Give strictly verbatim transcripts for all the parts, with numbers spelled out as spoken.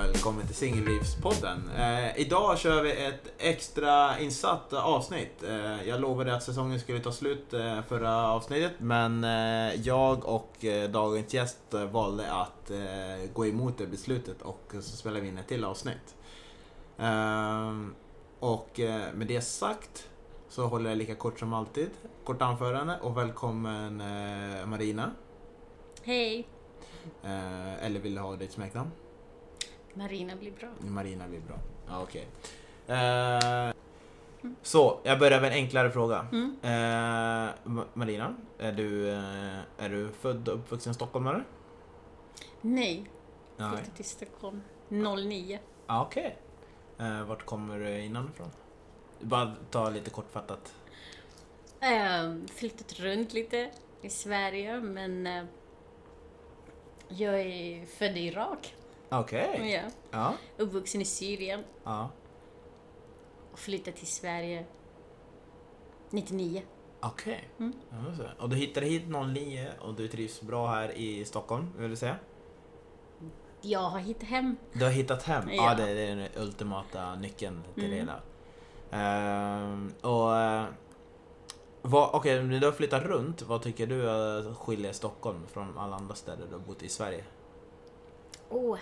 välkommen till Singellivspodden. Eh, idag kör vi ett extra insatt avsnitt. Eh, jag lovade att säsongen skulle ta slut eh, förra avsnittet, men eh, jag och eh, dagens gäst eh, valde att eh, gå emot det beslutet och så spelar vi in ett till avsnitt. Eh, och eh, med det sagt så håller jag lika kort som alltid. Kort anförande och välkommen eh, Marina. Hej. Eh, eller vill du ha ditt smeknamn? Marina blir bra. Marina blir bra. Ja, okej. Okay. Eh, så, jag börjar med en enklare fråga. Mm. Eh, Marina, är du, eh, är du född och uppvuxen i Stockholm eller? Nej. Nej. Flyttade till Stockholm noll nio. Ah, okej. Okay. Eh, vart kommer du innan ifrån? Bara ta lite kortfattat. Eh, flyttat runt lite i Sverige, men eh, jag är född i Irak. Okej. Okay. Ja. Ja. Uppvuxen i Syrien. Ja. Och flyttade till Sverige nittionio. Okej. Okay. Mm. Ja, och du hittade hit noll nio och du trivs bra här i Stockholm, vill du säga? Jag har hittat hem. Du har hittat hem? Ja, Ja, det är den ultimata nyckeln till Mm. det hela. Ehm, och uh, okej, okay, du har flyttat runt. Vad tycker du uh, skiljer Stockholm från alla andra städer du har bott i Sverige? Åh.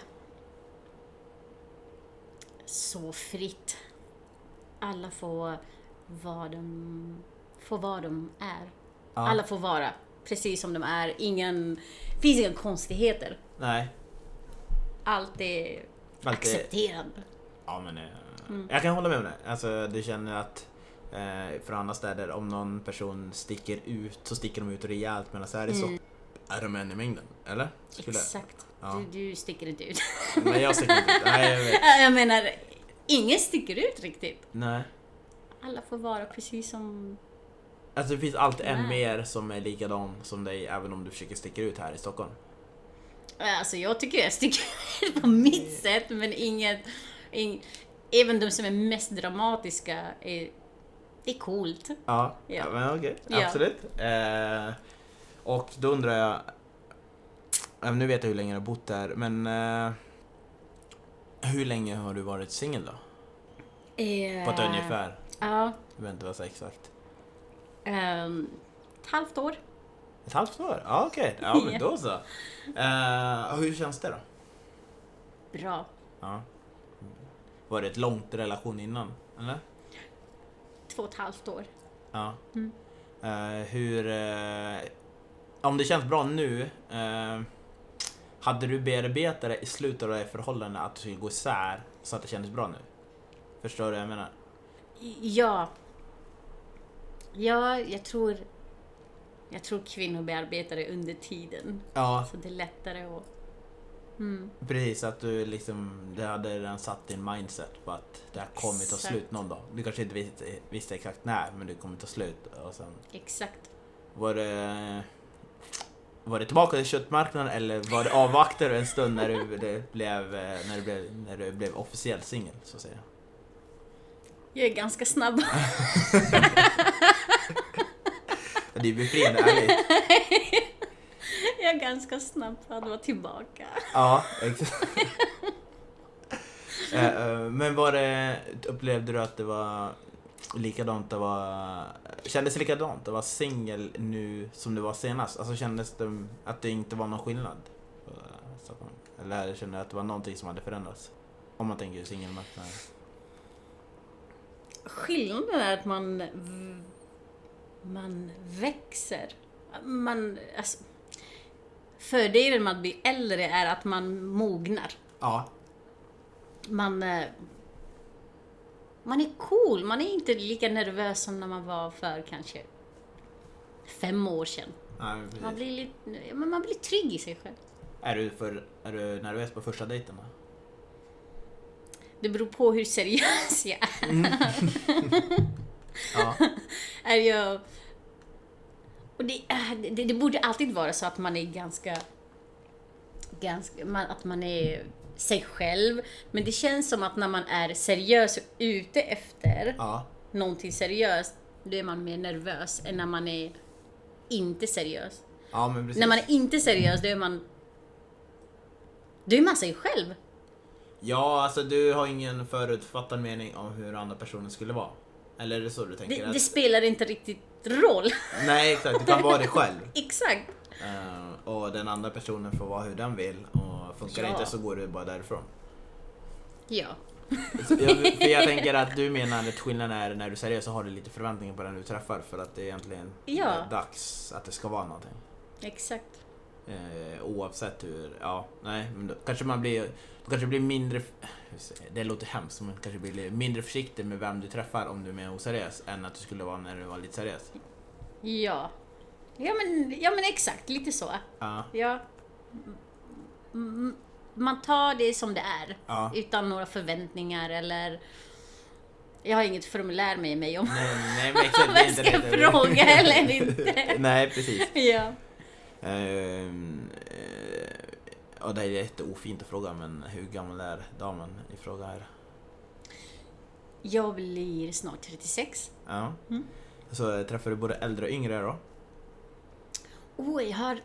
Så fritt. Alla får vad de, får vad de är. Ja. Alla får vara precis som de är. Ingen, finns inga konstigheter. Nej. Allt är Allt är- accepterande. Ja, men uh, Mm. jag kan hålla med om det. Alltså, du känner att uh, för andra städer, om någon person sticker ut så sticker de ut rejält, men så här är det Mm. så är de en i mängden, eller? Skulle- Exakt. Ja. Du, du sticker inte ut. Men jag sticker inte ut. Nej, jag vet. Jag menar, ingen sticker ut riktigt. Nej. Alla får vara precis som... Alltså det finns alltid en Nej. mer som är likadan som dig, även om du försöker sticka ut här i Stockholm. Alltså jag tycker jag sticker ut på mitt sätt, men inget... Ing, även de som är mest dramatiska är, är coolt. Ja, Ja. ja. Men okej, Ja. absolut. Eh, och då undrar jag, eh, nu vet jag hur länge du har bott där, men eh, hur länge har du varit singel då? Eh, På ett ungefär, Ja, jag vet inte vad så exakt. um, ett halvt år. Ett halvt år? Ja, okej, ja men Ja. då så. Eh, hur känns det då? Bra. Ja. Var det ett långt relation innan, eller? Två och ett halvt år. Ja. Mm. Eh, hur... eh, om det känns bra nu, eh, hade du bearbetat det i slutet av det förhållandet att du skulle gå isär så att det kändes bra nu? Förstår du vad jag menar? Ja. Ja, jag tror... Jag tror kvinnor bearbetar det under tiden. Ja, Så det är lättare att... Mm. precis. Att du liksom, det hade redan satt din mindset på att det här kommer ta Exakt. slut någon dag. Du kanske inte visste, visste exakt när, men det kommer ta slut. Och sen Exakt. var det... Var det tillbaka till köttmarknaden eller var det avvaktade en stund när du, det blev, när du blev, när du blev officiell singel, så att säga? Jag är ganska snabb. Det är befriande ärligt. Jag är ganska snabb för att vara tillbaka. Ja, exakt. Eh, eh, Men var det, upplevde du att det var likadant att vara, kändes det likadant att vara singel nu som det var senast? Alltså kändes det att det inte var någon skillnad? Eller kände du att det var någonting som hade förändrats? Om man tänker singelmarknaden. Skillnaden är att man man växer. Man, alltså, fördelen med att bli äldre är att man mognar. Ja, Man eh, man är cool. Man är inte lika nervös som när man var för kanske fem år sedan. nej, men precis. Man blir lite, ja, men man blir trygg i sig själv. Är du, för, är du nervös på första dejten då? Det beror på hur seriös jag är. Mm. Ja, är jag... Och det, äh, det, det borde alltid vara så att man är ganska... ganska man, att man är sig själv. Men det känns som att när man är seriös och ute efter ja. någonting seriöst, då är man mer nervös än när man är inte seriös. Ja, men precis. När man är inte seriös, då är man... Då är man sig själv. Ja, alltså du har ingen förutfattad mening om hur andra personen skulle vara. Eller är det så du tänker? Det, att... det spelar inte riktigt roll. Nej, exakt. Du kan vara dig själv. Exakt. Uh, och den andra personen får vara hur den vill. Och funkar Ja. inte så går du bara därifrån. Ja. Så jag, för jag tänker att du menar att skillnaden är när du är seriös så har du lite förväntningar på den du träffar. För att det är egentligen Ja. är dags att det ska vara någonting. Exakt. Uh, oavsett hur, ja, nej. Men då kanske man blir, då kanske blir mindre, det låter hemskt, men kanske blir mindre försiktig med vem du träffar om du är mer oseriös än att du skulle vara när du var lite seriös. Ja. Ja men, ja men exakt, lite så. Ja. Ja. M- Man tar det som det är. Ja. Utan några förväntningar eller... Jag har inget formulär med mig om Nej, nej, men exakt, det är vad inte ska jag rätt. fråga eller inte. Nej, precis. Ja. Ehm, eh, och det är jätteofint att fråga, men hur gammal är damen i fråga här? Jag blir snart trettiosex. Ja. Mm. Så träffar du både äldre och yngre då? Oh, jag har...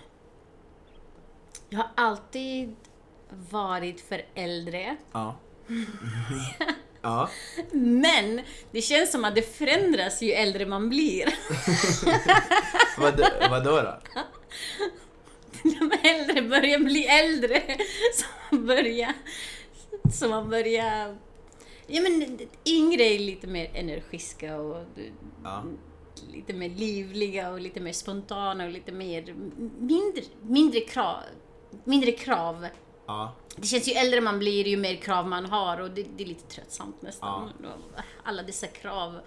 Jag har alltid varit för äldre. Ja. Ja. Men det känns som att det förändras ju äldre man blir. Vad, vad då då? De äldre börjar bli äldre. Så man börjar... Så man börjar... Ja, men yngre är lite mer energiska och Ja. lite mer livliga och lite mer spontana och lite mer... Mindre, mindre krav. Mindre krav. Ja. Det känns ju äldre man blir ju mer krav man har och det, det är lite tröttsamt nästan. Alla dessa krav.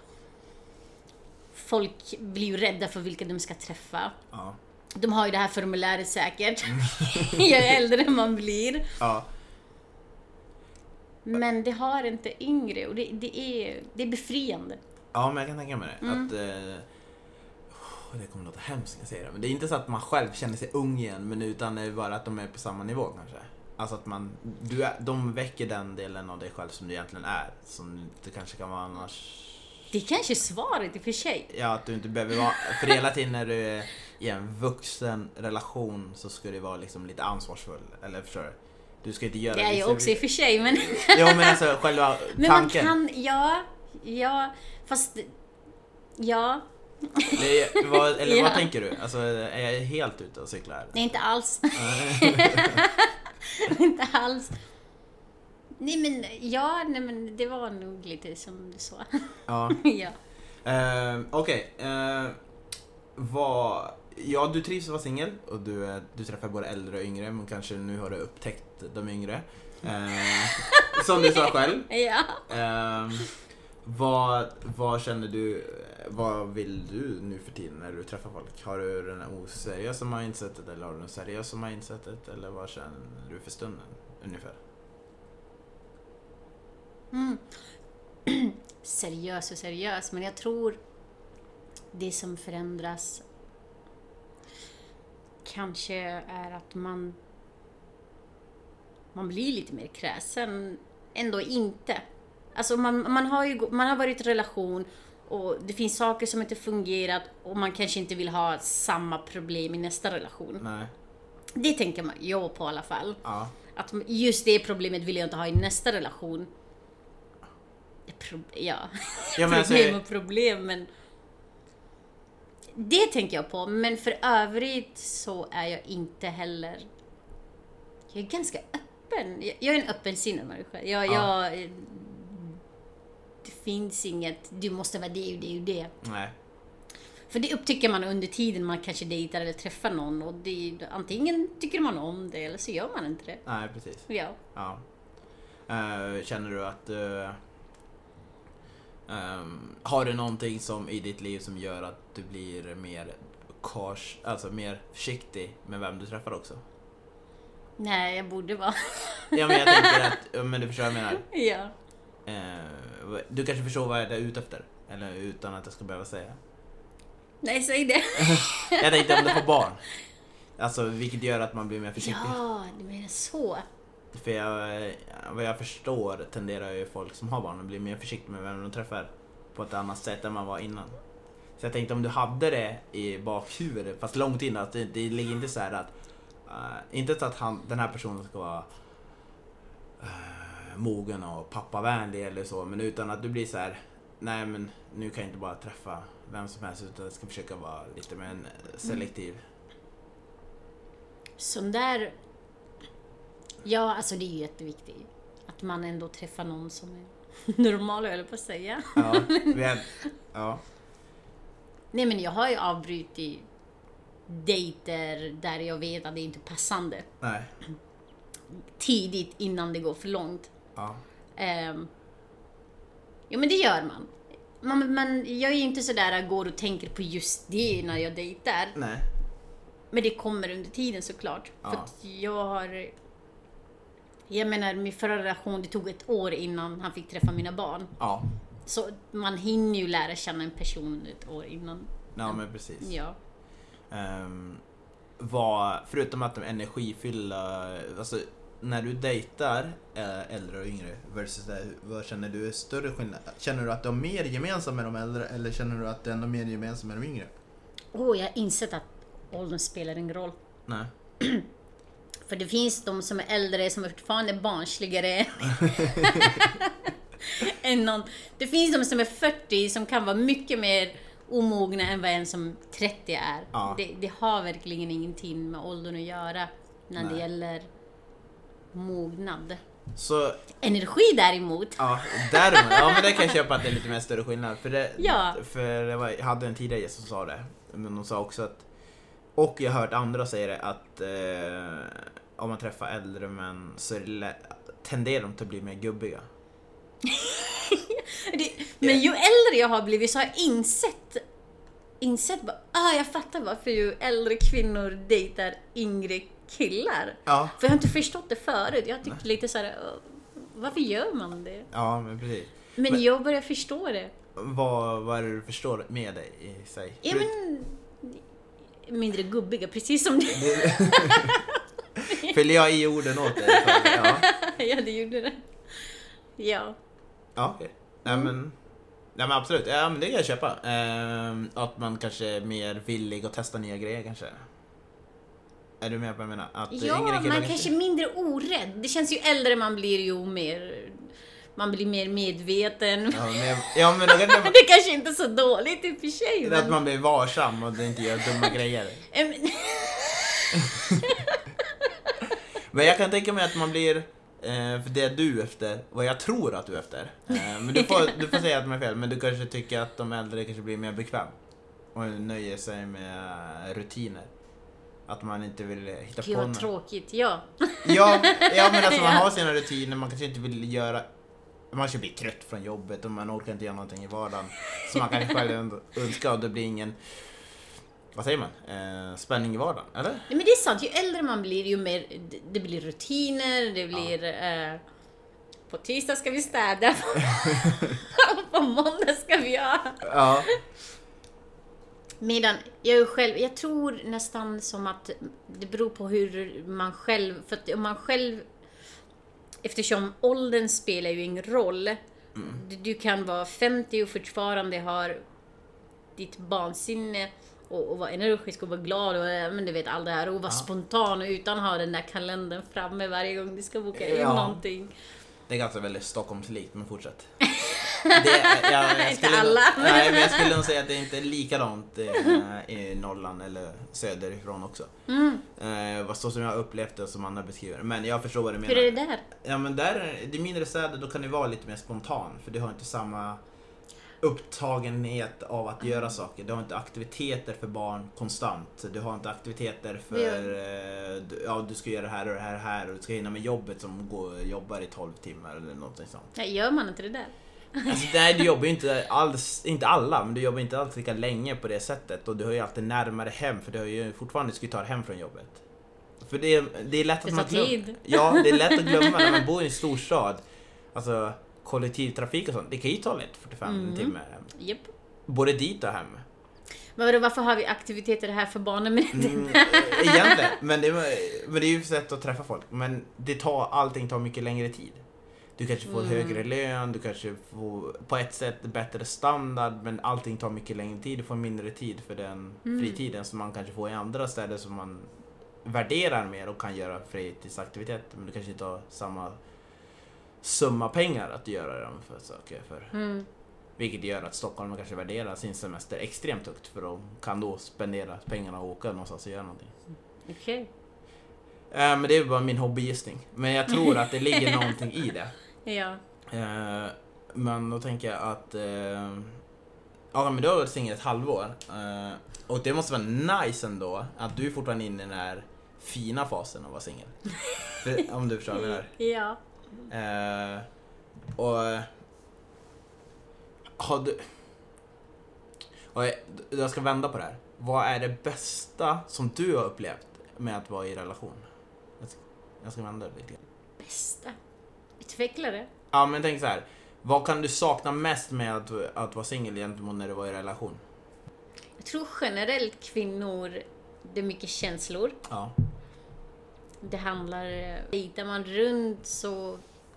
Folk blir ju rädda för vilka de ska träffa. Ja. De har ju det här formuläret säkert. Ju äldre man blir. Ja. Men det har inte yngre och det, det, är, det är befriande. Ja, men jag kan tänka mig det. Mm. Att, eh, oh, det kommer låta hemskt när jag säger det. Men det är inte så att man själv känner sig ung igen, men utan det är bara att de är på samma nivå kanske. Alltså att man, du är, de väcker den delen av dig själv som du egentligen är. Som det kanske kan vara annars. Det är kanske svaret i och för sig. Ja, att du inte behöver vara, för hela tiden när du är i en vuxen relation så ska du vara liksom lite ansvarsfull. Eller förstår du? Du ska inte göra Det är ju vissa- också i och för sig, men... Jo, men alltså själva Men man tanken. kan, ja, ja, fast... Ja, Det, vad, eller Ja. vad tänker du? Alltså, är jag helt ute och cyklar här? nej inte alls. Inte alls. Nej men, ja, nej men det var nog lite som du sa. Ja. Ja. Uh, Okej. Okay. Uh, vad... Ja, du trivs att vara singel och du, är- du träffar både äldre och yngre, men kanske nu har du upptäckt de yngre. Uh, som du sa själv. Ja. Uh, vad, vad känner du, vad vill du nu för tiden när du träffar folk? Har du den oseriösa mindsetet eller har du den seriösa mindsetet? Eller vad känner du för stunden ungefär? Mm. Seriös och seriös, men jag tror det som förändras kanske är att man man blir lite mer kräsen, ändå inte. Alltså man, man, har ju, man har varit i relation och det finns saker som inte fungerat och man kanske inte vill ha samma problem i nästa relation. Nej. Det tänker man jag på i alla fall. Ja. Att just det problemet vill jag inte ha i nästa relation. Pro- ja, Ja, men alltså, problem och problem, men det tänker jag på. Men för övrigt så är jag inte heller... Jag är ganska öppen. Jag, jag är en öppensinnad människa. Jag, Ja. jag, det finns inget, du måste vara det och det och det. nej. För det upptäcker man under tiden man kanske dejtar eller träffar någon. Och det, antingen tycker man om det eller så gör man inte det. Nej, precis. Ja. Ja. Eh, känner du att uh, um, har du någonting som i ditt liv som gör att du blir mer kors, alltså mer försiktig med vem du träffar också? Nej, jag borde vara. Ja, men jag tänker att, ja, men du förstår vad jag menar. Ja. Eh, du kanske förstår vad jag är ute efter, eller utan att jag ska behöva säga. Nej, säg det. Jag tänkte om du får barn. Alltså, vilket gör att man blir mer försiktig. Ja, du menar så. För jag, vad jag förstår tenderar ju folk som har barn att bli mer försiktiga med vem de träffar på ett annat sätt än man var innan. Så jag tänkte om du hade det i bakhuvudet, fast långt innan, att det, det ligger inte så här att uh, inte så att han, den här personen ska vara uh, mogen och pappavänlig eller så. Men utan att du blir så här, nej men nu kan jag inte bara träffa vem som helst utan jag ska försöka vara lite mer selektiv. Mm. Sån där... Ja, alltså det är ju jätteviktigt. Att man ändå träffar någon som är normal, eller på att säga. Ja, vet. Ja. Nej, men jag har ju avbrutit dejter där jag vet att det inte är passande. Nej. Tidigt innan det går för långt. Ja. Um, ja, men det gör man. man. Men jag är ju inte sådär att går och tänker på just det när jag dejtar. Nej. Men det kommer under tiden såklart. Ja. För att jag har... Jag menar, min förra relation, det tog ett år innan han fick träffa mina barn. Ja. Så man hinner ju lära känna en person ett år innan. Ja, men precis. Ja. Um, vad, förutom att de är energifyllda, alltså när du dejtar äh, äldre och yngre versus det, vad känner du är större skillnad? Känner du att du har mer gemensamt med de äldre eller känner du att det är ändå mer gemensamt med de yngre? Åh, oh, jag har insett att åldern spelar ingen roll. Nej. För det finns de som är äldre som är fortfarande barnsligare än någon. Det finns de som är fyrtio som kan vara mycket mer omogna än vad en som trettio är. Ja. Det, det har verkligen ingenting med åldern att göra när Nej. det gäller mognad. Så, energi däremot. Ja, däremot. Ja, men det kan jag köpa att det är lite mer större skillnad. För, det, Ja. för det var, jag hade en tidigare gäst som sa det. Men de sa också att, och jag har hört andra säga det, att eh, om man träffar äldre män så är det lätt, tenderar de till att bli mer gubbiga. det, men ju äldre jag har blivit så har jag insett insett bara, ah, jag fattar varför ju äldre kvinnor dejtar yngre killar. Ja. För jag har inte förstått det förut. Jag tyckte lite så här, varför gör man det? Ja, men precis. Men, men jag börjar förstå det. Vad, vad är det du förstår med det i sig? Ja, men mindre gubbiga, precis som det. Fyller jag i orden åt dig? Ja. Ja, det gjorde det. Ja. Ja, okej. Okay. Mm. men, nej, men absolut. Ja, men det kan jag köpa. Ehm, att man kanske är mer villig att testa nya grejer kanske. Är du med på vad jag menar? Att ja, man kanske... kanske är mindre orädd. Det känns ju äldre man blir, ju mer... Man blir mer medveten. Ja, men, ja, men då kan det... det kanske inte är så dåligt i och för sig. Men... Att man blir varsam och inte gör dumma grejer. Men jag kan tänka mig att man blir... Eh, för det är du efter, vad jag tror att du är efter. Eh, men du får, du får säga att de är fel, men du kanske tycker att de äldre kanske blir mer bekväm. Och nöjer sig med rutiner. Att man inte vill hitta Gud, på vad något. Tråkigt, ja. ja. Ja, men alltså man har sina rutiner, man kanske inte vill göra... Man kanske blir trött från jobbet och man orkar inte göra någonting i vardagen. Så man kanske själv önskar och det blir ingen... Vad säger man? Eh, spänning i vardagen, eller? Nej, men det är sant, ju äldre man blir ju mer, det blir rutiner, det blir ja. eh, på tisdag ska vi städa, på måndag ska vi ha. Ja. Medan jag själv, jag tror nästan som att det beror på hur man själv, för att om man själv, eftersom åldern spelar ju ingen roll, mm. du, du kan vara femtio och fortfarande har ditt barnsinne och, och vara energisk och vara glad och men du vet allt det här och vara ja. spontan och utan att ha den där kalendern framme varje gång du ska boka in ja. någonting. Det är ganska väldigt Stockholmslikt, men fortsätt. Det, jag, jag inte alla. Nej, men jag skulle nog säga att det inte är likadant i, i Norrland eller söderifrån också. Mm. Eh, vad så som jag har upplevt det som Anna beskriver. Men jag förstår vad du menar. Hur är det där? Ja, men där, det är mindre städer, då kan det vara lite mer spontan. För du har inte samma upptagenhet av att göra saker. Du har inte aktiviteter för barn konstant. Du har inte aktiviteter för eh, ja, du ska göra det här och det här och det här och du ska hinna med jobbet som går, jobbar i tolv timmar eller någonting sånt. Ja, gör man inte det där? Alltså, nej, du jobbar ju inte alls, inte alla, men du jobbar inte alls lika länge på det sättet och du har ju alltid närmare hem för du har ju fortfarande ska ta hem från jobbet. För det är, det är lätt att man glömmer. Ja, det är lätt att glömma när man bor i en storstad. Alltså kollektivtrafik och sånt, det kan ju ta lite fyrtiofem mm. timmar hem. Yep. Både dit och hem. Men varför har vi aktiviteter här för barnen? Men mm, egentligen, men det, är, men det är ju ett sätt att träffa folk. Men det tar, allting tar mycket längre tid. Du kanske får mm. högre lön, du kanske får på ett sätt bättre standard, men allting tar mycket längre tid. Du får mindre tid för den mm. fritiden som man kanske får i andra städer som man värderar mer och kan göra fritidsaktiviteter. Men du kanske inte har samma summa pengar att göra dem för saker för. Mm. Vilket gör att Stockholm kanske värderar sin semester extremt högt för de kan då spendera pengarna och åka någonstans och göra någonting. Okej. Eh, men det är bara min hobbygissning. Men jag tror att det ligger någonting i det. Ja. Eh, men då tänker jag att eh, ja, men du har varit singel ett halvår. Eh, och det måste vara nice ändå att du är fortfarande inne i den här fina fasen av att vara singel. För- Om du förstår vad jag menar. Ja. Eh, och har du, och jag, jag ska vända på det här. Vad är det bästa som du har upplevt med att vara i relation? Jag ska, jag ska vända det lite grann. Bästa. Utveckla det. Ja, men tänk så här. Vad kan du sakna mest med att, att vara singel gentemot när du var i relation? Jag tror generellt kvinnor, det är mycket känslor. Ja. Det handlar, litar man runt så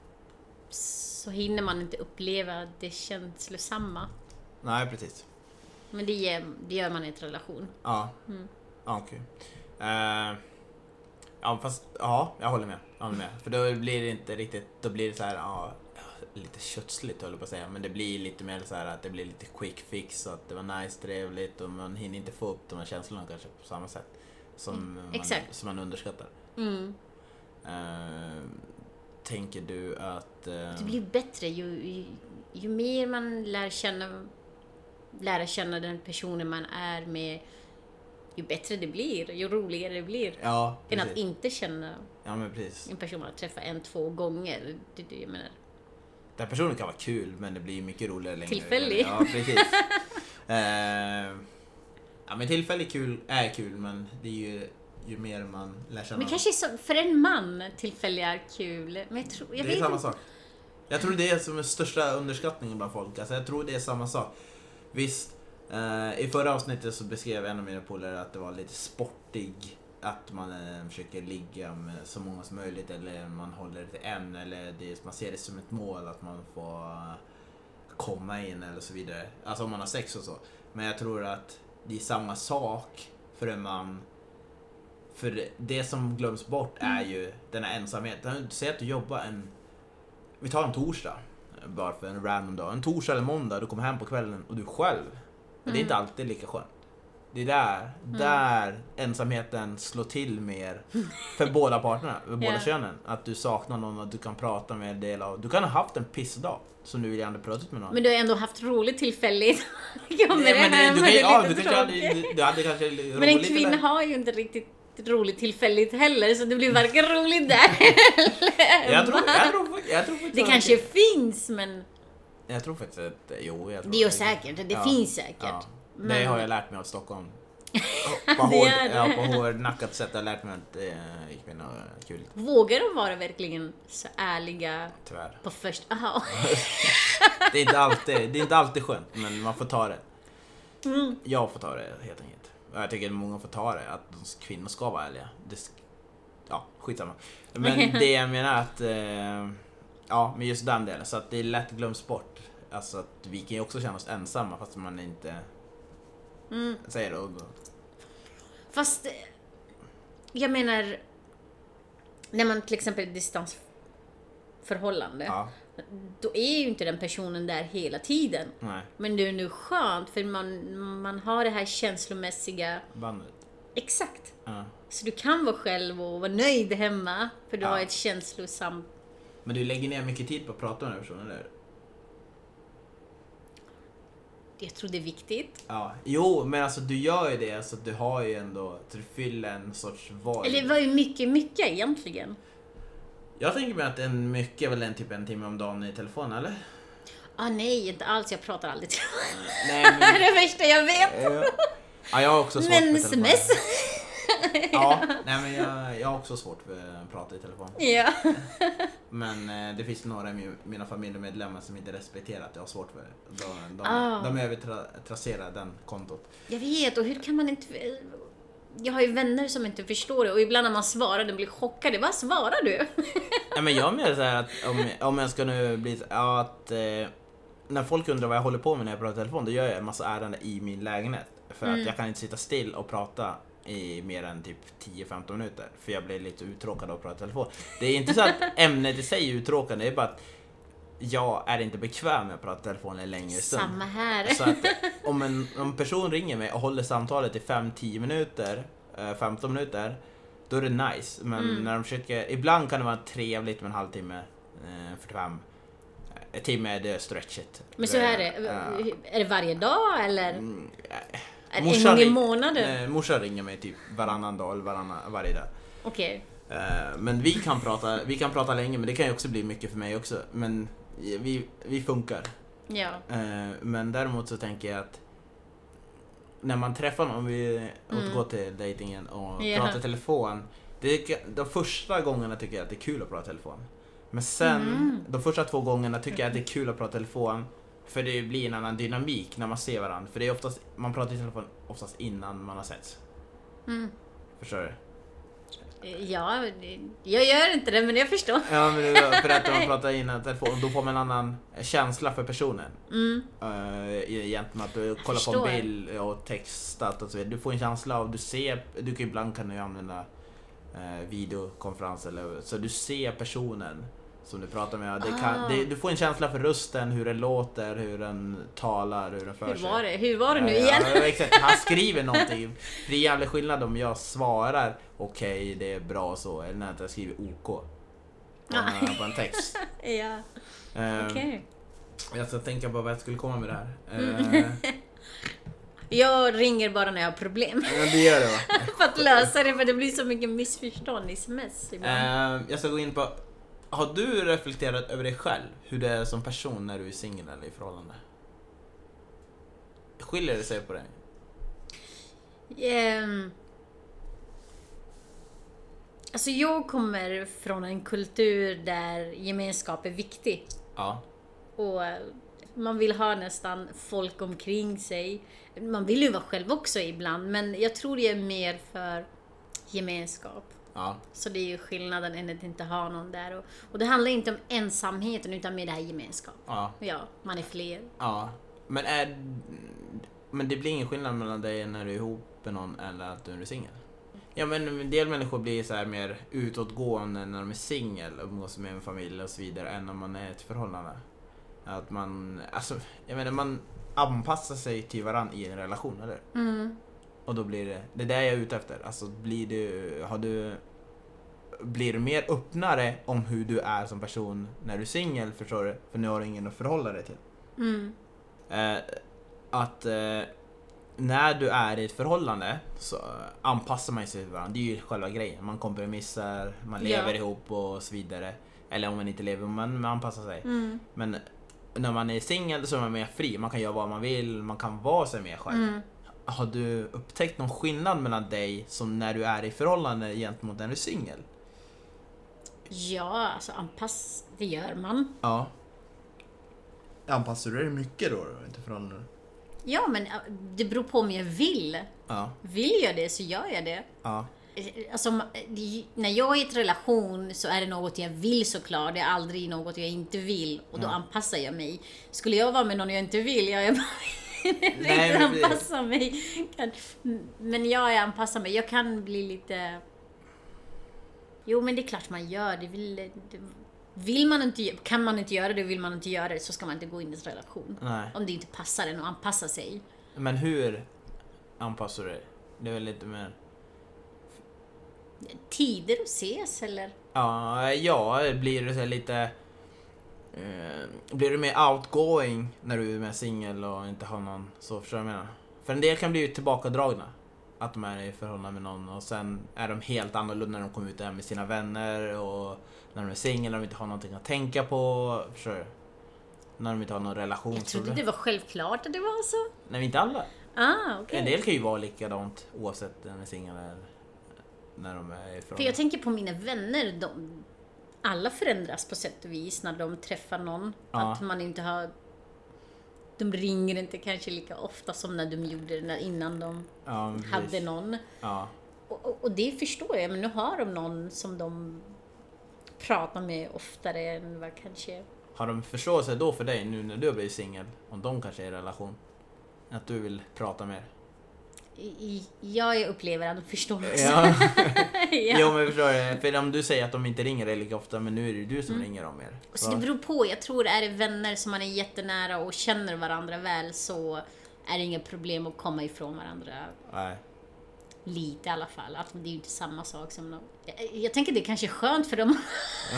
så hinner man inte uppleva det känslosamma. Nej, precis. Men det gör, det gör man i en relation. Ja. Mm. Ja, okej. Eh, ja, fast ja, jag håller med. Jag håller med. För då blir det inte riktigt, då blir det så här, ja, lite kötsligt håller jag på att säga, men det blir lite mer så här att det blir lite quick fix och att det var nice, trevligt och man hinner inte få upp de här känslorna kanske på samma sätt som, Mm, man, exakt. som man underskattar. Mm. Eh, tänker du att... Eh, Det blir bättre ju, ju, ju mer man lär känna lära känna den personen man är med, ju bättre det blir, ju roligare det blir. ja, Än precis. att inte känna Ja, men precis. en person man har träffat en, två gånger. Det är det jag menar. Den personen kan vara kul, men det blir mycket roligare längre. Tillfällig. Ja, precis. eh, ja, men tillfällig kul är kul, men det är ju, ju mer man lär känna. Men kanske så, för en man tillfälliga är kul. Men jag tror, jag det vet är samma inte. sak. Jag tror det är som den största underskattningen bland folk. Alltså, jag tror det är samma sak. Visst, eh, i förra avsnittet så beskrev en av mina polare att det var lite sportig. Att man eh, försöker ligga med så många som möjligt, eller man håller det till en, eller det, man ser det som ett mål att man får eh, komma in eller så vidare. Alltså om man har sex och så. Men jag tror att det är samma sak för en man. För det som glöms bort är ju den här ensamheten. Säg att du jobbar en, vi tar en torsdag, bara för en random dag. En torsdag eller måndag, du kommer hem på kvällen och du är själv. Och det är inte alltid lika skönt. Det är där, mm. där ensamheten slår till mer för båda parterna, för båda Yeah. könen. Att du saknar någon att du kan prata med, del av. Du kan ha haft en pissdag som du vill gärna prata med någon. Men du har ändå haft roligt tillfälligt. Kommer Nej, det men hem du, och kan, det är ja, lite du, kanske hade, tråkigt. du, du hade kanske roligt. Men en kvinna eller? har ju inte riktigt roligt tillfälligt heller, så det blir varken roligt där eller Jag tror, hemma. jag tror, jag tror faktiskt Det att- kanske finns, men Jag tror faktiskt att, jo, jag tror det är ju säkert, det Ja. finns säkert. Ja. Det Men- har jag lärt mig av Stockholm. På Det hård, är det. ja, på hårdnackat sätt har jag lärt mig att det är kvinnor är kul. Vågar de vara verkligen så ärliga Tyvärr. på först... Aha. Det är inte alltid, det är inte alltid skönt, men man får ta det. Mm. Jag får ta det helt enkelt. Och jag tycker att många får ta det, att kvinnor ska vara ärliga. Det sk- ja, skitsamma. Men det jag menar är att, eh, ja, men just den delen, så att det är lätt glöms bort. Alltså att vi kan ju också känna oss ensamma fast man inte Mm. säger det. Och, Fast, eh, jag menar, när man till exempel är distansförhållande, ja, då är ju inte den personen där hela tiden. nej, Men det är nu skönt, för man, man har det här känslomässiga. bandet. Exakt. Ja. Så du kan vara själv och vara nöjd hemma, för du Ja. har ett känslosamt... Men du lägger ner mycket tid på att prata med den här personen, eller? Jag tror det är viktigt. Ja, jo, men alltså du gör ju det, så att du har ju ändå, du fyller en sorts void. Eller det var ju mycket, mycket egentligen. Jag tänker mig att en mycket är väl en typ en timme om dagen i telefon, eller? Ah, nej, inte alls. Jag pratar aldrig till Nej, Det men... är det värsta jag vet. ja. Ja, jag har också svårt Men med telefon. sms. Ja, nej men jag, jag har också svårt för att prata i telefon. Ja. Men eh, det finns några i min- mina familjemedlemmar som inte respekterar att jag har svårt för det. De, de, Ah. de övertrasserar den kontot. Jag vet, och hur kan man inte... Jag har ju vänner som inte förstår det, och ibland när man svarar, de blir chockade. Vad svarar du? Ja, men jag menar så här att om, om jag ska nu bli ja, att eh, när folk undrar vad jag håller på med när jag pratar i telefon, då gör jag en massa ärenden i min lägenhet. För Mm. att jag kan inte sitta still och prata i mer än typ tio femton minuter. För jag blir lite uttråkad av att prata i telefon. Det är inte så att ämnet i sig är uttråkande, det är bara att jag är inte bekväm med att prata i telefon en längre stund. Samma här. Så att om en, om en person ringer mig och håller samtalet i fem tio minuter, femton minuter, då är det nice. Men mm. när de försöker, ibland kan det vara trevligt med en halvtimme, fyrtiofem. En timme är det stretchet. Men så är det. Uh, är det varje dag eller? Mm, är det en gång i månaden? Nej, morsan ringer mig typ varannan dag eller varannan, varje dag. Okej. Okay. Uh, men vi kan prata, vi kan prata länge, men det kan ju också bli mycket för mig också. Men vi, vi funkar. Ja. Uh, men däremot så tänker jag att när man träffar någon, om vi mm. återgår till dejtingen och yeah. pratar telefon. Det är, de första gångerna tycker jag att det är kul att prata telefon. Men sen, mm. de första två gångerna tycker jag att det är kul att prata telefon. För det blir en annan dynamik när man ser varandra. För det är oftast, man pratar i telefon oftast innan man har setts. Mm. Förstår du? Ja, jag gör inte det, men jag förstår. Ja, men det är för att man pratar innan telefon, då får man en annan känsla för personen. Mm. Uh, egentligen att du kollar på en bild och textat och så vidare. Du får en känsla av, du ser, du kan ibland kan du använda uh, videokonferens eller så du ser personen som du pratar med. Det kan, ah. det, du får en känsla för rösten, hur den låter, hur den talar, hur den för hur sig. Var det? Hur var det nu igen? Ja, exakt. Han skriver någonting. Det är jävla skillnad om jag svarar okej, okay, det är bra så, eller när jag skriver OK på, på en text. Ja. Um, okay. Jag ska tänka på vad jag skulle komma med det här. Mm. Uh, jag ringer bara när jag har problem. Ja, det gör det, va? För att lösa det, för det blir så mycket missförstånd i sms ibland. Uh, jag ska gå in på, har du reflekterat över dig själv? Hur det är som person när du är singel eller i förhållande? Skiljer det sig på dig? Um, alltså jag kommer från en kultur där gemenskap är viktig. Ja. Och man vill ha nästan folk omkring sig. Man vill ju vara själv också ibland, men jag tror det är mer för gemenskap. Ja. Så det är ju skillnaden än att inte ha någon där. Och, och det handlar inte om ensamheten utan med det här gemenskap. Ja. Ja, man är fler. Ja. Men, är, men det blir ingen skillnad mellan dig när du är ihop med någon eller att du är singel? Ja, men en del människor blir så här mer utåtgående när de är singel och umgås med en familj och så vidare än när man är i ett förhållande. Att man, alltså, jag menar, man anpassar sig till varandra i en relation, eller? Mm. Och då blir det, det är det jag är ute efter. Alltså, blir du, har du, blir du mer öppnare om hur du är som person när du är singel, förstår du? För nu har du ingen att förhålla dig till. Mm. Eh, att eh, när du är i ett förhållande så anpassar man sig till varandra. Det är ju själva grejen. Man kompromissar, man lever ja. ihop och så vidare. Eller om man inte lever, man, man anpassar sig. Mm. Men när man är singel så är man mer fri. Man kan göra vad man vill, man kan vara sig mer själv. Mm. Har du upptäckt någon skillnad mellan dig som när du är i förhållande gentemot när du är singel? Ja, alltså anpass, det gör man. Ja. Anpassar du dig mycket då, då inte förhållande? Ja, men det beror på om jag vill. Ja. Vill jag det så gör jag det. Ja. Alltså, när jag är i ett relation så är det något jag vill såklart. Det är aldrig något jag inte vill. Och då mm. anpassar jag mig. Skulle jag vara med någon jag inte vill, jag är bara... Nej, inte anpassa mig. Men jag anpassar mig. Jag kan bli lite... Jo, men det är klart man gör. Det vill, det... Vill man inte, kan man inte göra det, vill man inte göra det, så ska man inte gå in i en relation. Nej. Om det inte passar en och anpassa sig. Men hur anpassar du dig? Det är väl lite mer... Tider att ses, eller? Ja, ja blir det så lite... Eh, blir du mer outgoing när du är med singel och inte har någon, så förstår jag menar. För en del kan bli tillbakadragna. Att de är i förhållande med någon och sen är de helt annorlunda när de kommer ut där med sina vänner och när de är singel och de inte har någonting att tänka på, förstår du? När de inte har någon relation. Jag trodde det var självklart att det var så. Nej, inte alla. Ah, okay. En del kan ju vara likadant oavsett när de är singel eller när de är i förhållande. För jag tänker på mina vänner, de, alla förändras på sätt och vis när de träffar någon. Ja. Att man inte har... De ringer inte kanske lika ofta som när de gjorde det innan de ja, hade någon. Ja. Och, och, och det förstår jag, men nu har de någon som de pratar med oftare än vad kanske... Har de förståelse då för dig nu när du blir singel? Om de kanske är i relation? Att du vill prata mer? Jag upplever att de förstår också. Ja. Ja. Jo, men förstår det. För om du säger att de inte ringer dig lika ofta, men nu är det du som mm. ringer dem mer. Så det beror på. Jag tror är det vänner som man är jättenära och känner varandra väl, så är det inga problem att komma ifrån varandra. Nej. Lite i alla fall. Att det är ju inte samma sak som de... jag, jag tänker det är kanske skönt för dem.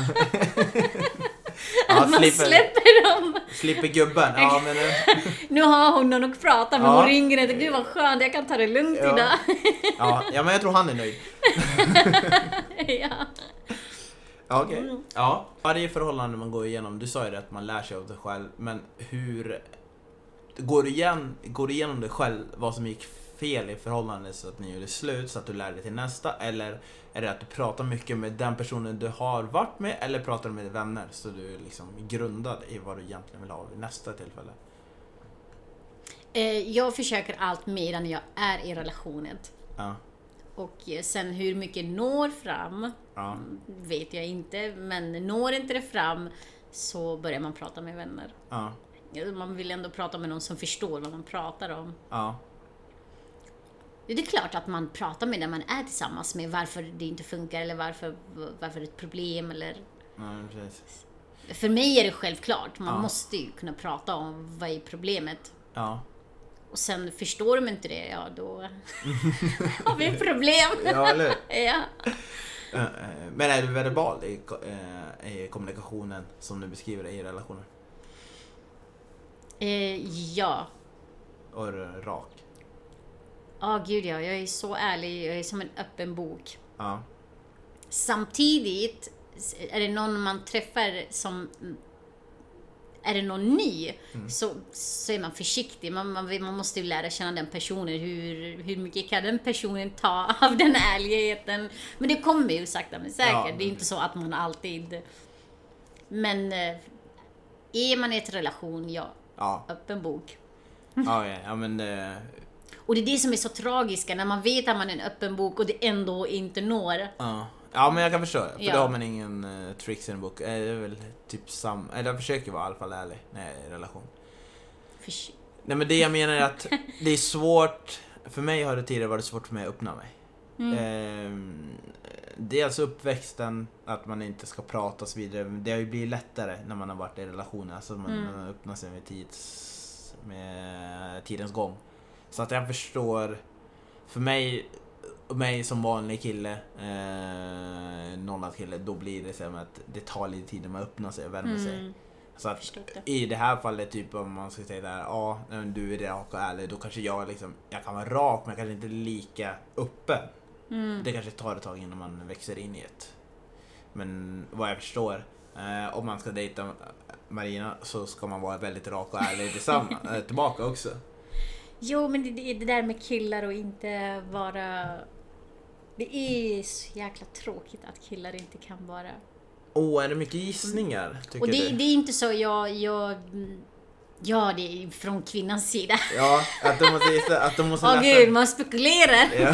Ja, att man slipper, släpper dem. Slipper gubben. Ja, men, nu har hon någon att prata med. Ja. Hon ringer inte. Gud vad skönt, jag kan ta det lugnt ja. idag. Ja. Ja, men jag tror han är nöjd. Ja. Ja, okej. Okay. Ja, varje förhållande man går igenom, du sa ju det att man lär sig av sig själv, men hur går du igen, går du igenom dig själv vad som gick fel i förhållandet så att ni gjorde slut så att du lär dig till nästa, eller är det att du pratar mycket med den personen du har varit med, eller pratar du med vänner så du är liksom grundad i vad du egentligen vill ha vid nästa tillfälle? Jag försöker allt medan jag är i relationen. Ja. Och sen hur mycket når fram, ja. vet jag inte. Men når inte det fram så börjar man prata med vänner. Ja. Man vill ändå prata med någon som förstår vad man pratar om. Ja. Det är klart att man pratar med när man är tillsammans med varför det inte funkar eller varför, varför det är ett problem. Eller... Ja, precis. För mig är det självklart. Man ja. måste ju kunna prata om vad är problemet. Ja. Och sen förstår de inte det, ja då har vi problem. Ja, eller? Ja. Men är du verbal i, i kommunikationen som du beskriver i relationer? Eh, ja. Och är du rak? Ja, oh, gud ja. Jag är så ärlig. Jag är som en öppen bok. Ja. Samtidigt är det någon man träffar som... Är det någon ny mm. så, så är man försiktig. Man, man, man måste ju lära känna den personen. Hur, hur mycket kan den personen ta av den ärligheten? Men det kommer ju sakta men säkert. Ja, det är inte så att man alltid... Men är man i ett relation, ja. ja. Öppen bok. Ja, ja, ja men... Uh... Och det är det som är så tragiska. När man vet att man är en öppen bok och det ändå inte når. Ja. Ja, men jag kan förstå. För ja. då har man ingen uh, tricks i en bok. Det är väl typ sam... Eller jag försöker vara i alla fall ärlig när jag är i relation. Förs- Nej, men det jag menar är att det är svårt... För mig har det tidigare varit svårt för mig att öppna mig. Mm. Ehm, dels uppväxten, att man inte ska prata och så vidare. Det har ju blivit lättare när man har varit i relationer. Alltså man mm. öppnar sig med, tids, med tidens gång. Så att jag förstår... För mig... mig som vanlig kille, eh, nollad kille, då blir det så att det tar lite tid när man öppnar sig och värmer mm. sig. Så att i det här fallet, typ om man ska säga där, ja, när du är rak och ärlig, då kanske jag liksom, jag kan vara rak men jag kanske inte lika öppen. Mm. Det kanske tar ett tag innan man växer in i ett. Men vad jag förstår, eh, om man ska dejta Marina så ska man vara väldigt rak och ärlig tillsammans, äh, tillbaka också. Jo, men det, det, det där med killar och inte vara... Det är så jäkla tråkigt att killar inte kan vara... Åh, oh, är det mycket gissningar? Tycker och det, du? det är inte så jag... jag ja, det är från kvinnans sida. Ja, att de måste gissa, att de måste Åh läsa... gud, man spekulerar. Ja.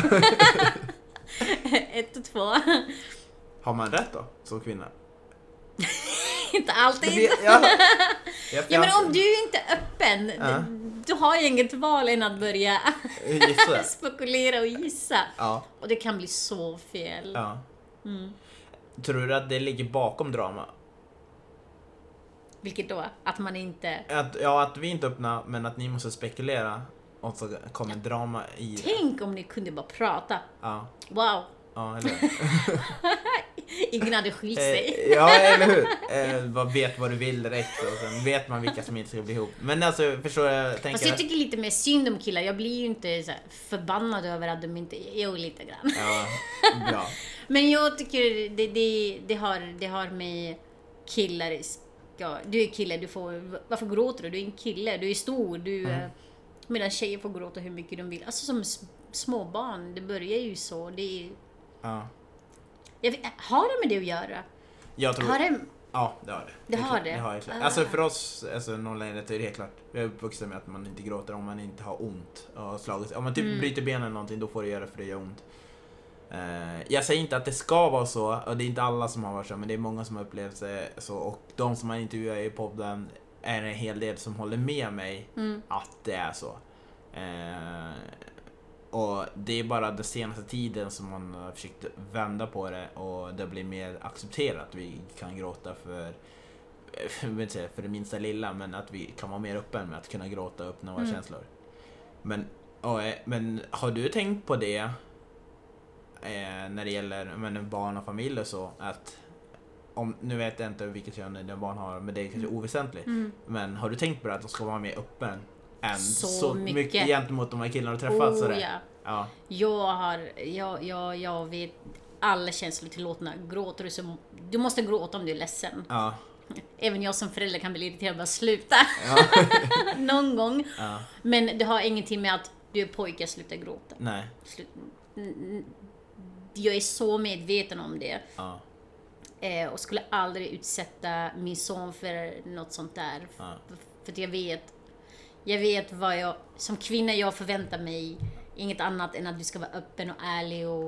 Ett och två. Har man rätt då, som kvinna? Inte alltid. Det, ja. Ja, men om du är inte öppen, ja. du har ju inget val än att börja gissa. spekulera och gissa. Ja. Och det kan bli så fel. Ja. Mm. Tror du att det ligger bakom drama? Vilket då? Att man inte... Att, ja, att vi inte öppnar, men att ni måste spekulera. Och så kommer ja. drama i Tänk det. Om ni kunde bara prata. Ja. Wow. Ja, eller ingen hade skilt sig. Ja, eller hur? Eh, bara vet vad du vill direkt. Och sen vet man vilka som inte ska bli ihop. Men alltså, förstår jag... Tänker Fast jag tycker lite mer synd om killar. Jag blir ju inte så här förbannad över att de inte... Jo, lite grann. Ja, bra. Men jag tycker det, det, det, har, det har med killar... Ja, du är kille, du får... Varför gråter du? Du är en kille, du är stor. Du, mm. Medan tjejer får gråta hur mycket de vill. Alltså som små barn, det börjar ju så. Det är... Ja. Jag vet, har det med det att göra? Jag tror... Har det... Ja, det har det. Det, det har det. det? Har jag ah. Alltså för oss, alltså nolländet är det helt klart. Vi är uppvuxna med att man inte gråter om man inte har ont och slagit. Om man typ mm. bryter benen eller någonting, då får det göra för det gör ont. Uh, jag säger inte att det ska vara så, och det är inte alla som har varit så, men det är många som har upplevt det så. Och de som man intervjuar i podden är en hel del som håller med mig mm. att det är så. Uh, och det är bara den senaste tiden som man har försökt vända på det och det blir mer accepterat. Vi kan gråta för jag vill inte säga för det minsta lilla, men att vi kan vara mer öppen med att kunna gråta och öppna våra mm. känslor. Men, och, men har du tänkt på det eh, när det gäller men, barn och familj och så, att om, nu vet jag inte vilket kön dina barn har, men det är kanske oväsentligt. Mm. Men har du tänkt på det, att de ska vara mer öppen än så, så mycket. mycket gentemot de här killarna du träffat? Oh, ja. Ja. Jag har, jag, jag, jag vet alla känslor tillåtna. Gråter du så, du måste gråta om du är ledsen. Ja. Även jag som förälder kan bli irriterad och bara sluta. Ja. Någon gång. Ja. Men det har ingenting med att du är pojke, sluta gråta. Nej. Slut, jag är så medveten om det. Ja. Eh, och skulle aldrig utsätta min son för något sånt där. Ja. För, för att jag vet jag vet vad jag som kvinna jag förväntar mig, inget annat än att du ska vara öppen och ärlig och,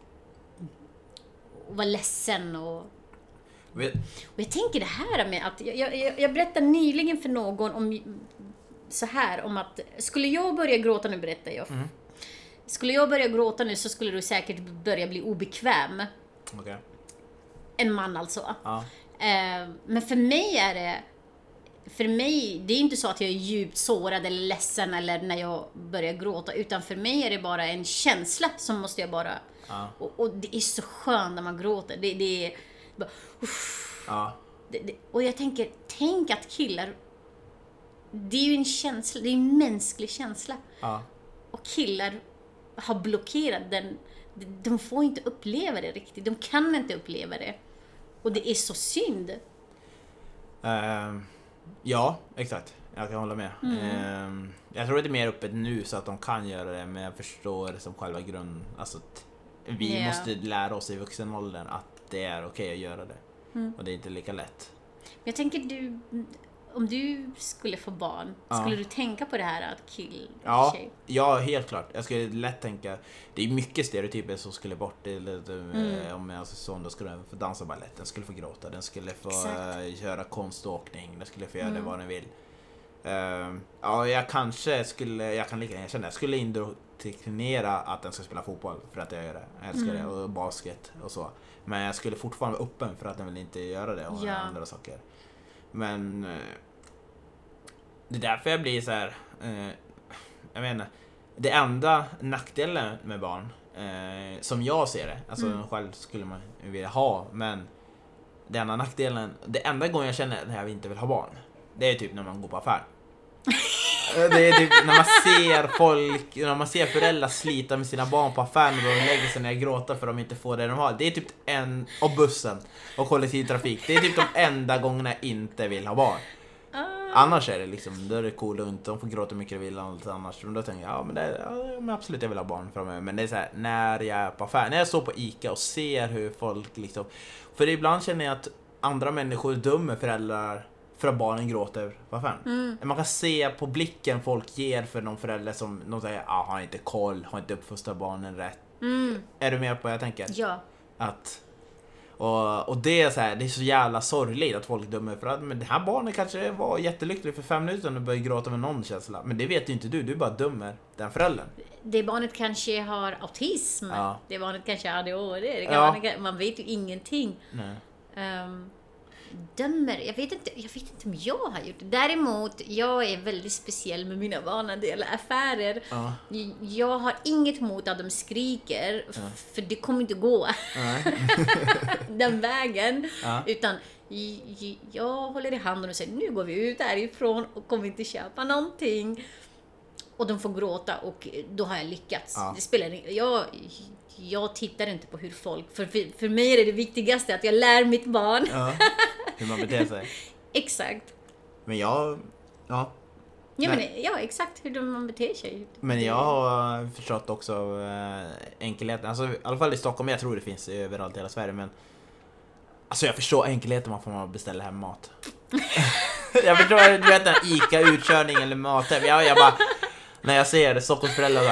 och vara ledsen och, och jag tänker det här med att jag, jag, jag berättade nyligen för någon om så här om att skulle jag börja gråta nu berättar jag. Mm. Skulle jag börja gråta nu så skulle du säkert börja bli obekväm. Okay. En man alltså. Ja. Eh, men för mig är det För mig, det är inte så att jag är djupt sårad eller ledsen eller när jag börjar gråta, utan för mig är det bara en känsla som måste jag bara... Ja. Och, och det är så skönt när man gråter. Det, det är bara... Ja. Det, det, och jag tänker, tänk att killar... Det är ju en känsla, det är en mänsklig känsla. Ja. Och killar har blockerat den. De får inte uppleva det riktigt. De kan inte uppleva det. Och det är så synd. Um. Ja, exakt. Jag kan hålla med. Mm. Jag tror att det är mer öppet nu så att de kan göra det, men jag förstår som själva grund, alltså att vi yeah. måste lära oss i vuxenåldern att det är okej att göra det. Mm. Och det är inte lika lätt. Men jag tänker, du, om du skulle få barn, ja. skulle du tänka på det här att kill ja, tjej? Ja, helt klart. Jag skulle lätt tänka, det är mycket stereotyper som skulle bort. Det, det, mm. Om jag son, då skulle den få dansa balett, den skulle få gråta, den skulle få uh, göra konståkning, den skulle få göra mm. det vad den vill. Uh, ja, jag kanske skulle, jag kan lika gärna känna, jag skulle indoktrinera att den ska spela fotboll för att jag gör det. Jag älskar mm. det, och basket och så. Men jag skulle fortfarande vara öppen för att den vill inte göra det och ja. andra saker. Men uh, det är därför jag blir så här. Uh, jag menar, det enda nackdelen med barn, uh, som jag ser det, alltså mm. själv skulle man vilja ha, men det enda nackdelen, det enda gången jag känner när jag inte vill ha barn, det är typ när man går på affär. Det är typ när man ser folk, när man ser föräldrar slita med sina barn på affären och de lägger sig ner och gråter för att de inte får det de har. Det är typ en, och bussen och kollektivtrafik. Det är typ de enda gångerna jag inte vill ha barn. Annars är det liksom, då är det cool och inte, de får gråta mycket de vill och allt annars. Men då tänker jag, ja men, det, ja, men absolut jag vill ha barn framöver. Men det är så här, när jag är på affären, när jag står på Ica och ser hur folk liksom, för ibland känner jag att andra människor dömer föräldrar för att barnen gråter på affären. Mm. Man kan se på blicken folk ger för någon förälder som de säger, ah, har inte koll, har inte uppfostrat barnen rätt. Mm. Är du med på vad jag tänker? Ja. Att, och, och det är så här, det är så jävla sorgligt att folk dömer för att men det här barnet kanske var jättelycklig för fem minuter och började gråta med någon känsla. Men det vet ju inte du, du bara dömer den föräldern. Det barnet kanske har autism. Ja. Det barnet kanske har A D H D. Det kan ja. man, man vet ju ingenting. Nej. Um, dömer, jag vet inte jag vet inte om jag har gjort det. Däremot, jag är väldigt speciell med mina barn när det gäller affärer. Ja. Jag har inget emot att de skriker, ja. för det kommer inte gå den vägen. Ja. Utan jag håller i handen och säger, nu går vi ut härifrån och kommer inte köpa någonting. Och de får gråta och då har jag lyckats. Ja. Det spelar ingen, jag Jag tittar inte på hur folk... För, för, för mig är det det viktigaste att jag lär mitt barn. Ja, hur man beter sig. Exakt. Men jag... Ja, ja, men, ja exakt hur man beter sig. Men jag har förstått också äh, enkelheten. Alltså, i alla fall i Stockholm, jag tror det finns överallt i hela Sverige. Men alltså, jag förstår enkelheten man får beställa hem mat. Jag förstår, du vet den Ica-utkörning eller mat. Jag, jag bara... När jag ser det, Stockholms föräldrar där.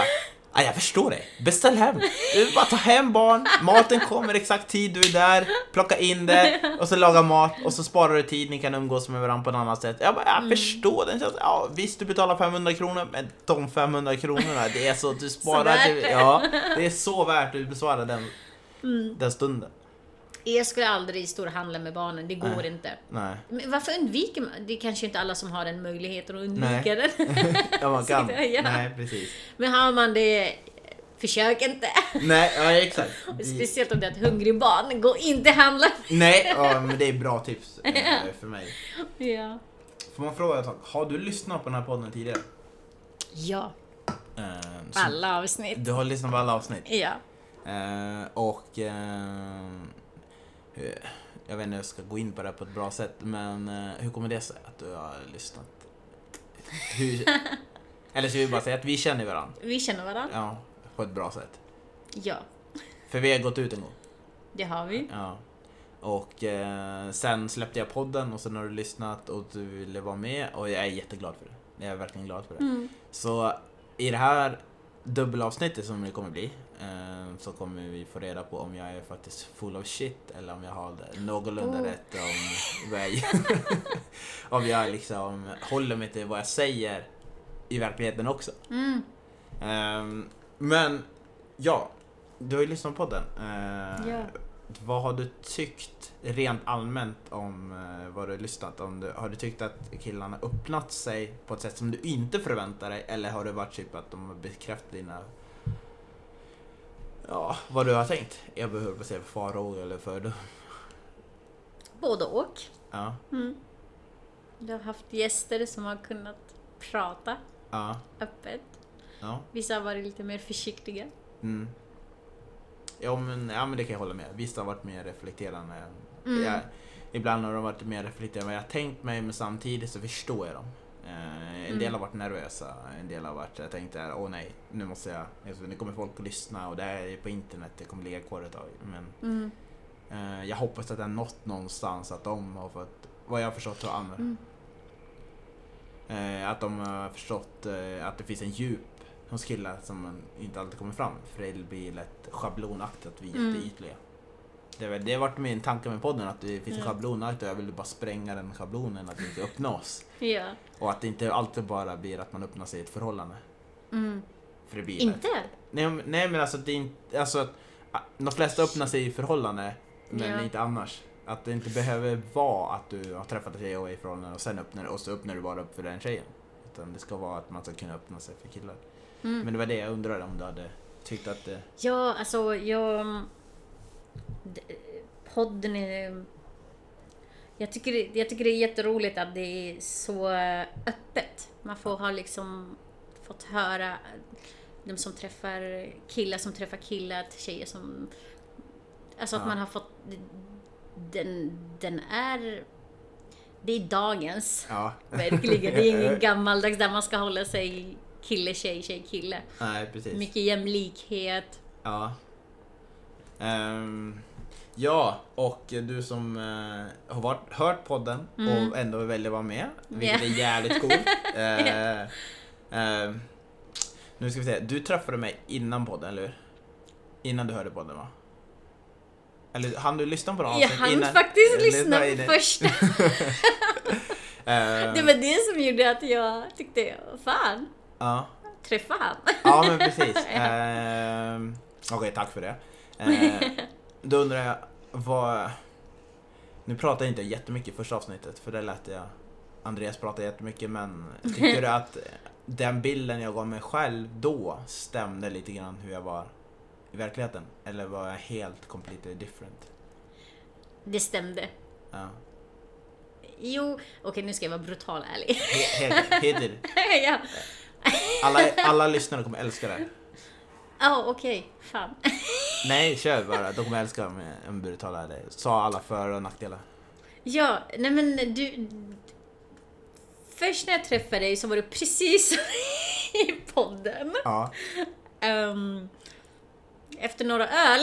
Ah, jag förstår det. Beställ hem. Du bara ta hem barn. Maten kommer exakt tid du är där. Plocka in det. Och så laga mat. Och så sparar du tid. Ni kan umgås med varandra på ett annat sätt. Jag bara, jag mm. förstår den. Ja, visst du betalar femhundra kronor. Men de femhundra kronorna, det är så att du sparar. Så till, ja, det är så värt att besvara den, mm. den stunden. Jag skulle aldrig storhandla med barnen, det går Nej. inte. Nej. Men varför undviker man? Det är kanske inte alla som har den möjligheten att undvika den. Ja, man kan. Ja. Nej, precis. Men har man det, försök inte. Nej, ja, exakt. Speciellt om det är ett hungrig barn, gå inte handla. Nej, ja, men det är bra tips äh, för mig. Ja. Får man fråga ett tag, har du lyssnat på den här podden tidigare? Ja. Uh, alla avsnitt. Du har lyssnat på alla avsnitt? Ja. Uh, och uh, jag vet inte om jag ska gå in på det på ett bra sätt, men uh, hur kommer det sig att du har lyssnat? Hur, eller så vill vi bara säga att vi känner varandra. Vi känner varandra? Ja, på ett bra sätt. Ja. För vi har gått ut en gång. Det har vi. Ja. Och eh, sen släppte jag podden och sen har du lyssnat och du ville vara med och jag är jätteglad för det. Jag är verkligen glad för det. Mm. Så i det här dubbelavsnittet som det kommer bli eh, så kommer vi få reda på om jag är faktiskt full of shit eller om jag har det någorlunda oh. rätt om vad jag om jag liksom håller mig till vad jag säger i verkligheten också. Mm. Eh, men ja, du har ju lyssnat på podden. Eh, ja. Vad har du tyckt rent allmänt om eh, vad du har lyssnat om? Du, har du tyckt att killarna öppnat sig på ett sätt som du inte förväntar dig? Eller har det varit typ att de har bekräftat dina... Ja, vad du har tänkt? Jag behöver säga farhågor eller för det. Både och. Ja. Mm. Du har haft gäster som har kunnat prata ja. öppet. Ja. Vissa har varit lite mer försiktiga. Mm. Ja men, ja men det kan jag hålla med. Vissa har varit mer reflekterande. Mm. Jag, ibland har de varit mer reflekterande än vad jag har tänkt mig, men samtidigt så förstår jag dem. Eh, en mm. del har varit nervösa, en del har varit, jag tänkte, åh nej, nu måste jag, alltså, nu kommer folk att lyssna och det är på internet, det kommer ligga kvar ett tag. Men mm. eh, jag hoppas att det är nått någonstans att de har fått, vad jag har förstått av andra. Mm. Eh, att de har förstått eh, att det finns en djup hos killar som man inte alltid kommer fram. För det blir lätt schablonaktigt att vi är mm. jätteytliga. Det har det varit min tanke med podden, att det finns en mm. schablonakt och jag vill bara spränga den schablonen, att det inte uppnås. Ja. Och att det inte alltid bara blir att man öppnar sig i ett förhållande. Mm. För det blir inte? Nej, nej men alltså, det är inte, alltså de flesta öppnar sig i förhållande, men ja. inte annars. Att det inte behöver vara att du har träffat en tjej och är i förhållande och sen öppnar och så öppnar du bara upp för den tjejen. Utan det ska vara att man ska kunna öppna sig för killar. Mm. Men det var det jag undrade om du hade tyckt att det... Ja, alltså jag... Podden är... Jag tycker, jag tycker det är jätteroligt att det är så öppet. Man får ha liksom fått höra de som träffar killar som träffar killar, tjejer som... Alltså att ja. man har fått... Den, den är... Det är dagens. Ja. Verkligen. Det är ingen gammaldags där man ska hålla sig... Kille, tjej, tjej, kille. Nej, precis. Mycket jämlikhet. Ja. Um, ja, och du som uh, har varit, hört podden mm. och ändå väljer vara med, vilket yeah. är jävligt coolt. uh, yeah. uh, nu ska vi se, du träffade mig innan podden, eller hur? Innan du hörde podden, va? Eller hann du lyssna på den? Jag hann innan, faktiskt lyssna på första. uh, det var det som gjorde att jag tyckte, fan. Ja. Träffa han. Ja, men precis. eh, Okej, okay, tack för det. Eh, då undrar jag, vad... Nu pratar jag inte jättemycket i första avsnittet, för det lät jag... Andreas pratade jättemycket, men tycker du att den bilden jag gav mig själv då stämde lite grann hur jag var i verkligheten? Eller var jag helt completely different? Det stämde. Ja. Jo, okej okay, nu ska jag vara brutal ärlig. Heter ja. Alla, alla lyssnare kommer älska det. Ja, oh, okej. Okay. Fan. Nej, kör bara. De kommer älska med en brutal ärlig. Sa alla för- och nackdelar. Ja, nej men du... Först när jag träffade dig så var du precis i podden. Ja. Um, efter några öl.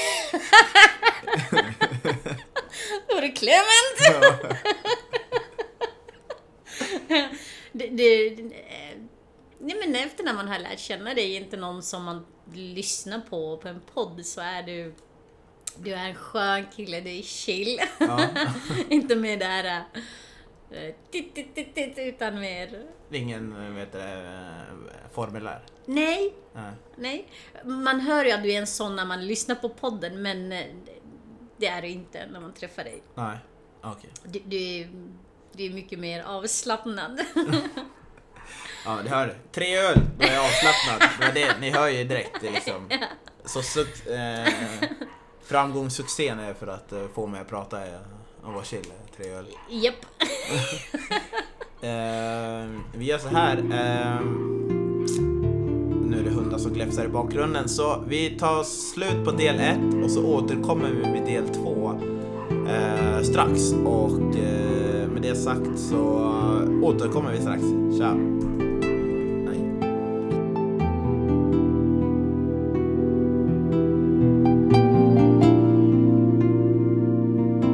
Då var det Clement. Ja. det, det, Nej, men efter när man har lärt känna dig, inte någon som man lyssnar på på en podd, så är du du är en skön kille, du är chill. Ja. Inte med det här uh, tit, tit, tit, tit, utan mer... Ingen, vet det, formulär. Nej, Nej. nej. Man hör ju att du är en sån när man lyssnar på podden, men det är du inte när man träffar dig. Nej, okej. Okay. Du, du, är, du är mycket mer avslappnad. Ja, det hör. Tre öl, då är jag avslappnad. Men det, ni hör ju direkt liksom. Så suck, eh, framgångssuccén är för att eh, få mig att prata och vara chill. Tre öl. Japp. eh, vi gör så här. Eh, nu är det hundar som gläfsar i bakgrunden. Så vi tar slut på del ett och så återkommer vi med del två eh, strax. Och eh, med det sagt så återkommer vi strax. Ciao.